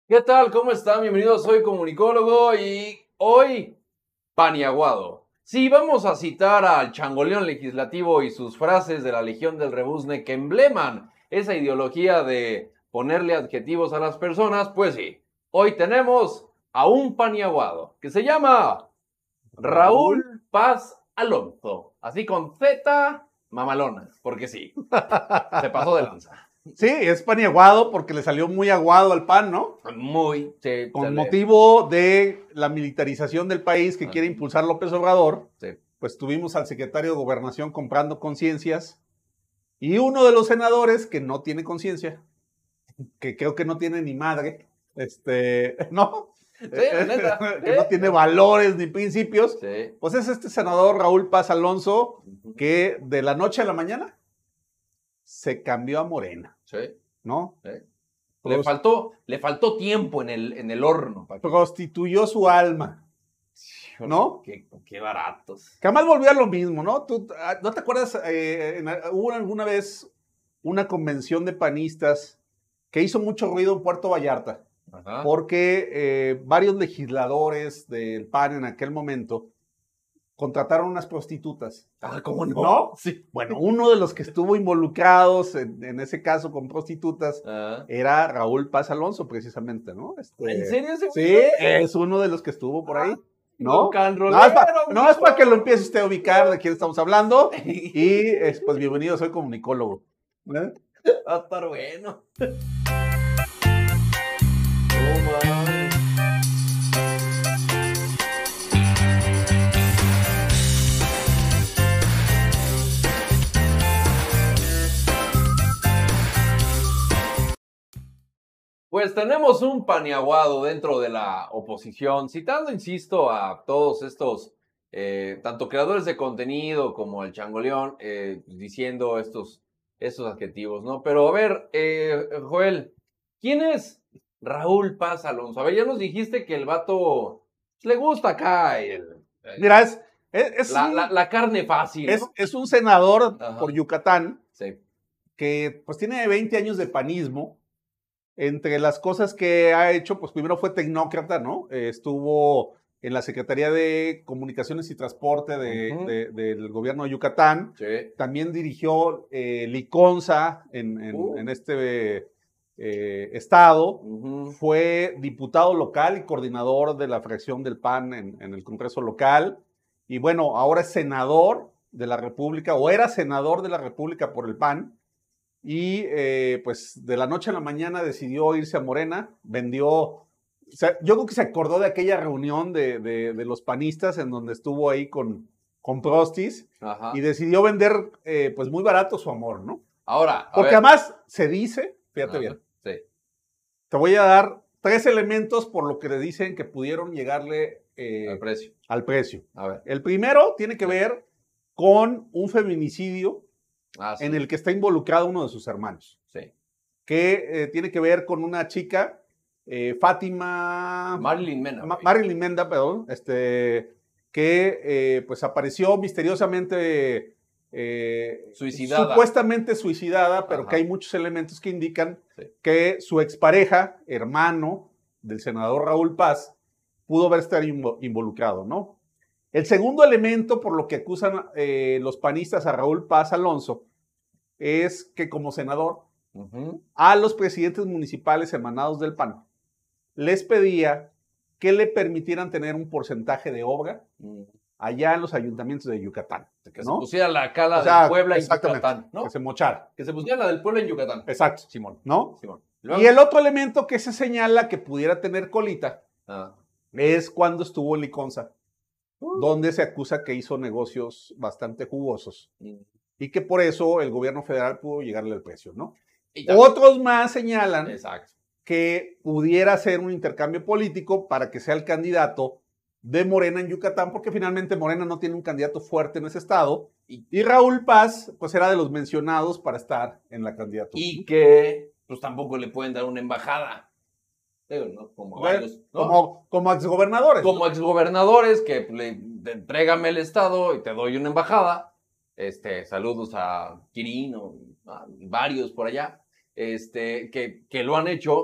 ¿Qué tal? ¿Cómo están? Bienvenidos, soy comunicólogo y hoy paniaguado. Sí, vamos a citar al changoleón legislativo y sus frases de la Legión del Rebuzne que embleman esa ideología de ponerle adjetivos a las personas. Pues sí, hoy tenemos a un paniaguado que se llama Raúl Paz Alonso. Así con Z mamalona, porque sí, se pasó de lanza. Sí, es paniaguado porque le salió muy aguado al PAN, ¿no? Muy, sí, Con motivo de la militarización del país que quiere impulsar López Obrador, sí. pues tuvimos al secretario de Gobernación comprando conciencias y uno de los senadores que no tiene conciencia, que creo que no tiene ni madre, ¿no? Sí, la neta. Que no tiene valores ni principios, Sí. pues es este senador Raúl Paz Alonso que de la noche a la mañana se cambió a Morena, Sí. ¿no? Sí. Le faltó tiempo en el horno. Prostituyó su alma, ¿no? Qué baratos. Jamás volvió a lo mismo, ¿no? ¿Tú no te acuerdas? Hubo alguna vez una convención de panistas que hizo mucho ruido en Puerto Vallarta, Ajá. porque varios legisladores del PAN en aquel momento contrataron unas prostitutas. Ah, ¿cómo no? ¿No? Sí. Bueno, uno de los que estuvo involucrados en ese caso con prostitutas era Raúl Paz Alonso, precisamente, ¿no? ¿En serio ese Sí, güey? es uno de los que estuvo por ahí. ¿No? No es para que lo empiece usted a ubicar de quién estamos hablando. Y pues bienvenido, soy comunicólogo. Va a estar bueno. No mames. Pues tenemos un paniaguado dentro de la oposición, citando, insisto, a todos estos, tanto creadores de contenido como el changoleón, diciendo estos adjetivos, ¿no? Pero a ver, Joel, ¿quién es Raúl Paz Alonso? A ver, ya nos dijiste que el vato le gusta acá Mira, la carne fácil, ¿no? es un senador Ajá. por Yucatán Sí. que pues tiene 20 años de panismo. Entre las cosas que ha hecho, pues primero fue tecnócrata, ¿no? Estuvo en la Secretaría de Comunicaciones y Transporte del gobierno de Yucatán. Sí. También dirigió Liconza en este estado. Fue diputado local y coordinador de la fracción del PAN en el Congreso local. Y bueno, ahora es senador de la República, o era senador de la República por el PAN. Y pues de la noche a la mañana decidió irse a Morena, vendió, o sea, yo creo que se acordó de aquella reunión de los panistas en donde estuvo ahí con Prostis. Ajá. Y decidió vender pues muy barato su amor, ¿no? Ahora, porque además se dice, fíjate bien, sí. Te voy a dar 3 elementos por lo que le dicen que pudieron llegarle al precio. A ver. El primero tiene que ver con un feminicidio en el que está involucrado uno de sus hermanos. Sí. Que tiene que ver con una chica, Marilyn Menda, perdón, que pues apareció misteriosamente suicidada. Supuestamente suicidada, pero que hay muchos elementos que indican que su expareja, hermano del senador Raúl Paz, pudo haber estado involucrado, ¿no? El segundo elemento por lo que acusan los panistas a Raúl Paz Alonso es que como senador a los presidentes municipales emanados del PAN les pedía que le permitieran tener un porcentaje de obra allá en los ayuntamientos de Yucatán. Que se pusiera la cala de Puebla en Yucatán, ¿no? Que se mochara. Que se pusiera la del Puebla en Yucatán. Exacto. Simón. ¿No? Simón. Y el otro elemento que se señala que pudiera tener colita es cuando estuvo en Liconza, donde se acusa que hizo negocios bastante jugosos y que por eso el gobierno federal pudo llegarle al precio, ¿no? Otros más señalan que pudiera ser un intercambio político para que sea el candidato de Morena en Yucatán, porque finalmente Morena no tiene un candidato fuerte en ese estado, y Raúl Paz pues era de los mencionados para estar en la candidatura. Y que pues tampoco le pueden dar una embajada. ¿No? Como varios, ¿no? Como exgobernadores. Como exgobernadores que entrégame el estado y te doy una embajada. Saludos a Quirino, a varios por allá, que lo han hecho.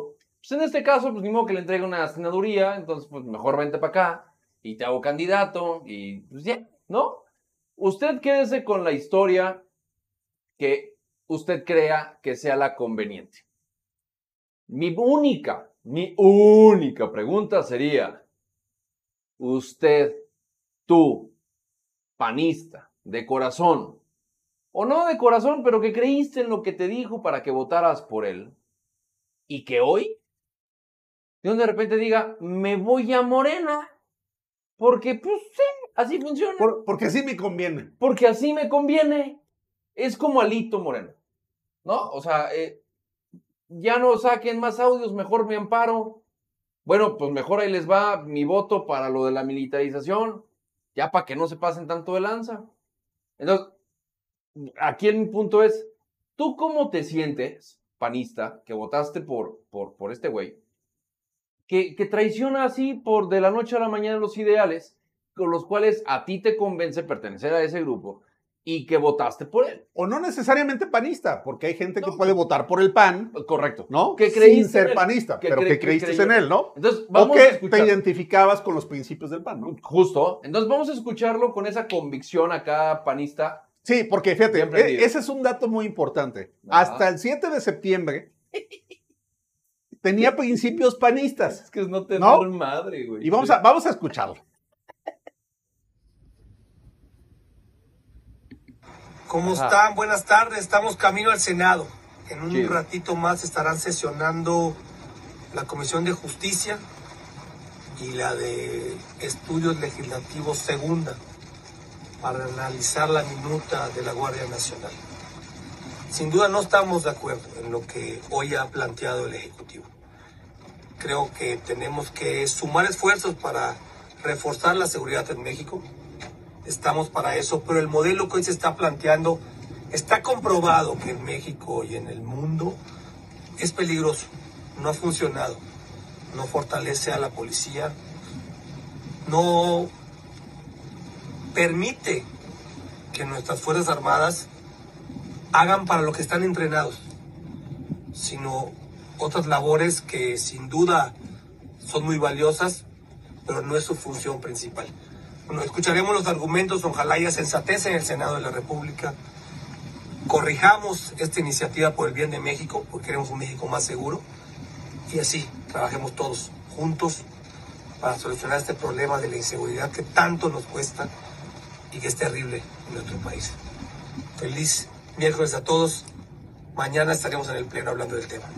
Pues en este caso, pues ni modo que le entregue una senaduría, entonces pues mejor vente para acá y te hago candidato y pues ya, ¿no? Usted quédese con la historia que usted crea que sea la conveniente. Mi única pregunta sería, usted, tú, panista, de corazón, o no de corazón, pero que creíste en lo que te dijo para que votaras por él, y que hoy, de repente diga, me voy a Morena, porque pues sí, así funciona. Porque así me conviene. Porque así me conviene. Es como Alito Moreno, ¿no? O sea, ya no saquen más audios, mejor me amparo. Bueno, pues mejor ahí les va mi voto para lo de la militarización, ya para que no se pasen tanto de lanza. Entonces, aquí el punto es, ¿tú cómo te sientes, panista, que votaste por este güey, que traiciona así por de la noche a la mañana los ideales con los cuales a ti te convence pertenecer a ese grupo y que votaste por él? O no necesariamente panista, porque hay gente que puede votar por el PAN. Correcto. ¿No? Que sin ser panista, pero que creíste en él, ¿no? Entonces, vamos a escuchar. Te identificabas con los principios del PAN, ¿no? Justo. Entonces vamos a escucharlo con esa convicción acá panista. Sí, porque fíjate, ese es un dato muy importante. Ajá. Hasta el 7 de septiembre tenía principios panistas. Es que es no tener madre, güey. Y vamos a escucharlo. ¿Cómo están? Buenas tardes. Estamos camino al Senado. En un ratito más estarán sesionando la Comisión de Justicia y la de Estudios Legislativos Segunda para analizar la minuta de la Guardia Nacional. Sin duda no estamos de acuerdo en lo que hoy ha planteado el Ejecutivo. Creo que tenemos que sumar esfuerzos para reforzar la seguridad en México. Estamos para eso, pero el modelo que hoy se está planteando está comprobado que en México y en el mundo es peligroso, no ha funcionado, no fortalece a la policía, no permite que nuestras Fuerzas Armadas hagan para lo que están entrenados, sino otras labores que sin duda son muy valiosas, pero no es su función principal. Bueno, escucharemos los argumentos, ojalá haya sensatez en el Senado de la República. Corrijamos esta iniciativa por el bien de México, porque queremos un México más seguro. Y así, trabajemos todos juntos para solucionar este problema de la inseguridad que tanto nos cuesta y que es terrible en nuestro país. Feliz miércoles a todos. Mañana estaremos en el Pleno hablando del tema.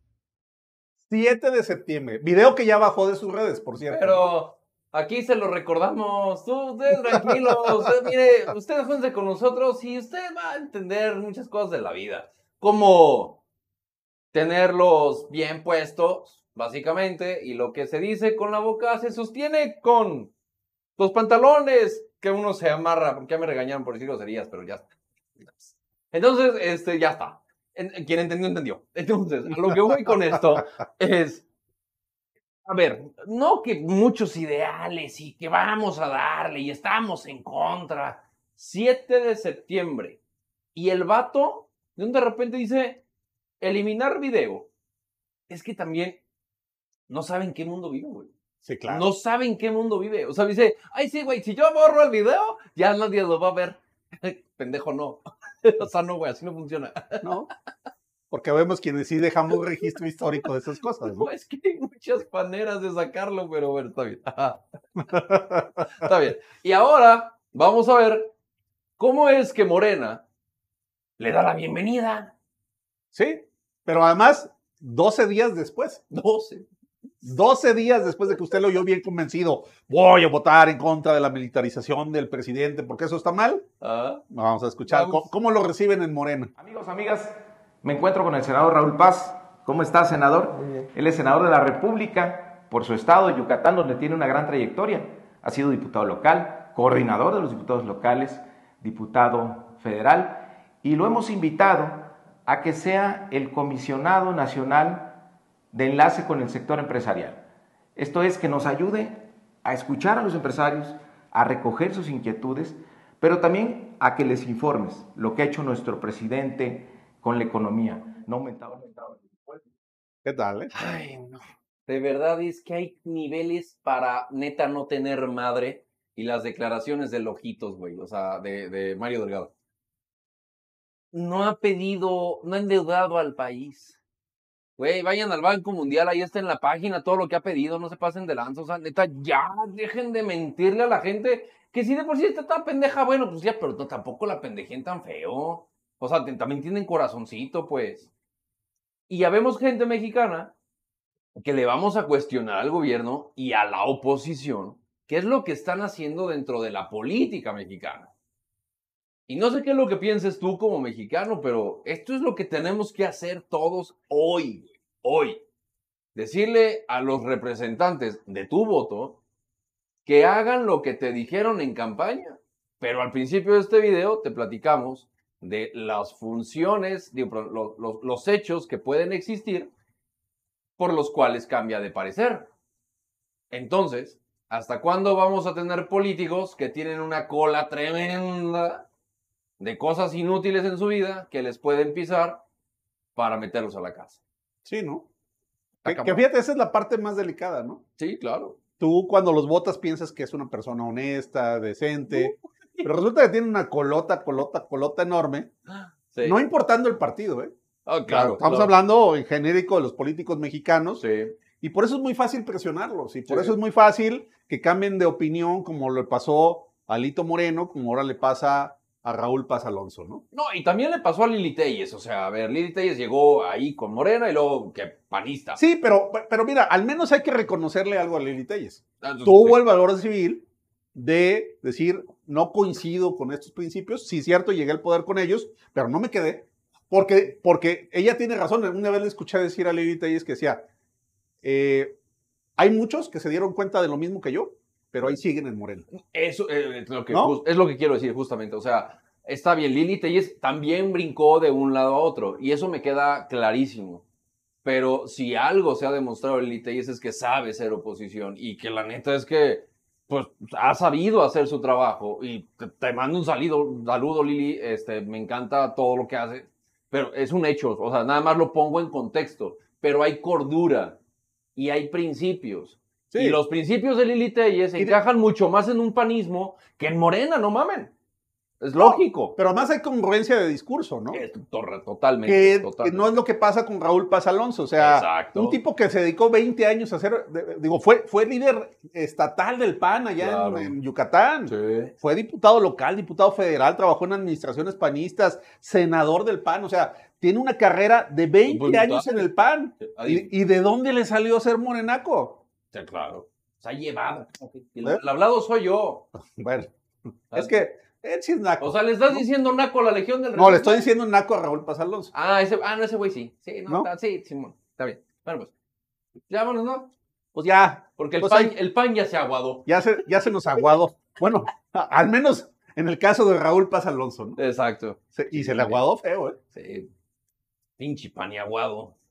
7 de septiembre. Video que ya bajó de sus redes, por cierto. Pero aquí se lo recordamos. Usted tranquilo. Usted, mire, usted júnse con nosotros y usted va a entender muchas cosas de la vida. Como tenerlos bien puestos, básicamente. Y lo que se dice con la boca se sostiene con los pantalones que uno se amarra. Porque ya me regañaron por decir groserías, pero ya está. Entonces, ya está. Quien entendió, entendió. Entonces, a lo que voy con esto es, a ver, no que muchos ideales y que vamos a darle y estamos en contra. 7 de septiembre. Y el vato, de repente dice, eliminar video. Es que también no saben qué mundo vive, güey. Sí, claro. No saben qué mundo vive. O sea, dice, ay, sí, güey, si yo borro el video, ya nadie lo va a ver. Pendejo, no. O sea, no, güey, así no funciona. No, porque vemos quienes sí dejamos registro histórico de esas cosas, ¿no? No, es que hay muchas maneras de sacarlo, pero bueno, está bien. Está bien. Y ahora vamos a ver cómo es que Morena le da la bienvenida. Sí, pero además 12 días después. 12 días después de que usted lo oyó bien convencido, voy a votar en contra de la militarización del presidente, porque eso está mal. Vamos a escuchar cómo lo reciben en Morena. Amigos, amigas, me encuentro con el senador Raúl Paz. ¿Cómo está, senador? Muy bien. Él es senador de la República por su estado, Yucatán, donde tiene una gran trayectoria. Ha sido diputado local, coordinador de los diputados locales, diputado federal, y lo hemos invitado a que sea el comisionado nacional de enlace con el sector empresarial. Esto es, que nos ayude a escuchar a los empresarios, a recoger sus inquietudes, pero también a que les informes lo que ha hecho nuestro presidente con la economía. No ha aumentado ¿Qué tal, Ay, no. De verdad es que hay niveles para neta no tener madre y las declaraciones de Ojitos, güey, o sea, de Mario Delgado. No ha endeudado al país. Güey, vayan al Banco Mundial, ahí está en la página todo lo que ha pedido, no se pasen de lanza, o sea, neta, ya dejen de mentirle a la gente, que si de por sí está toda pendeja, bueno, pues ya, pero no, tampoco la pendejen tan feo. O sea, también tienen corazoncito, pues. Y ya vemos gente mexicana que le vamos a cuestionar al gobierno y a la oposición qué es lo que están haciendo dentro de la política mexicana. Y no sé qué es lo que pienses tú como mexicano, pero esto es lo que tenemos que hacer todos hoy. Hoy. Decirle a los representantes de tu voto que hagan lo que te dijeron en campaña. Pero al principio de este video te platicamos de las funciones, los hechos que pueden existir por los cuales cambia de parecer. Entonces, ¿hasta cuándo vamos a tener políticos que tienen una cola tremenda de cosas inútiles en su vida que les pueden pisar para meterlos a la casa? Sí, ¿no? Que fíjate, esa es la parte más delicada, ¿no? Sí, claro. Tú cuando los votas piensas que es una persona honesta, decente, pero resulta que tiene una colota enorme, sí. No importando el partido, ¿eh? Oh, claro. Estamos hablando en genérico de los políticos mexicanos. Sí. Y por eso es muy fácil presionarlos. Y por eso es muy fácil que cambien de opinión, como le pasó a Alito Moreno, como ahora le pasa a Raúl Paz Alonso, ¿no? No, y también le pasó a Lili Téllez. O sea, a ver, Lili Téllez llegó ahí con Morena y luego que panista. Sí, pero mira, al menos hay que reconocerle algo a Lili Téllez. Tuvo el valor civil de decir, no coincido con estos principios. Sí, cierto, llegué al poder con ellos, pero no me quedé. Porque ella tiene razón. Una vez le escuché decir a Lili Téllez que decía, hay muchos que se dieron cuenta de lo mismo que yo, pero ahí siguen en Morena. Eso es lo que, ¿no? Es lo que quiero decir justamente. O sea, está bien, Lili Téllez también brincó de un lado a otro y eso me queda clarísimo. Pero si algo se ha demostrado Lili Téllez es que sabe ser oposición y que la neta es que pues ha sabido hacer su trabajo y te mando un saludo Lili, me encanta todo lo que hace, pero es un hecho, o sea, nada más lo pongo en contexto, pero hay cordura y hay principios. Sí. Y los principios de Lili Téllez encajan mucho más en un panismo que en Morena, no mamen. Es lógico. Pero además hay congruencia de discurso, ¿no? Totalmente. Que no es lo que pasa con Raúl Paz Alonso. O sea, exacto, un tipo que se dedicó 20 años a hacer, fue líder estatal del PAN allá en Yucatán. Sí. Fue diputado local, diputado federal, trabajó en administraciones panistas, senador del PAN. O sea, tiene una carrera de 20 años en el PAN. ¿Y de dónde le salió a ser morenaco? Sí, claro. Se ha llevado. El hablado soy yo. Bueno, es que sí es naco. O sea, ¿le estás diciendo naco a la Legión del Rebelde? No, le estoy diciendo naco a Raúl Paz Alonso. Ese güey sí. Sí, no. Sí, Simón. Está bien. Bueno, pues. Ya vámonos, ¿no? Pues ya. Porque el pan ya se aguadó. Ya se nos aguadó. Bueno, al menos en el caso de Raúl Paz Alonso, ¿no? Exacto. Y se le aguadó feo, ¿eh? Sí. Pinche pan y aguado.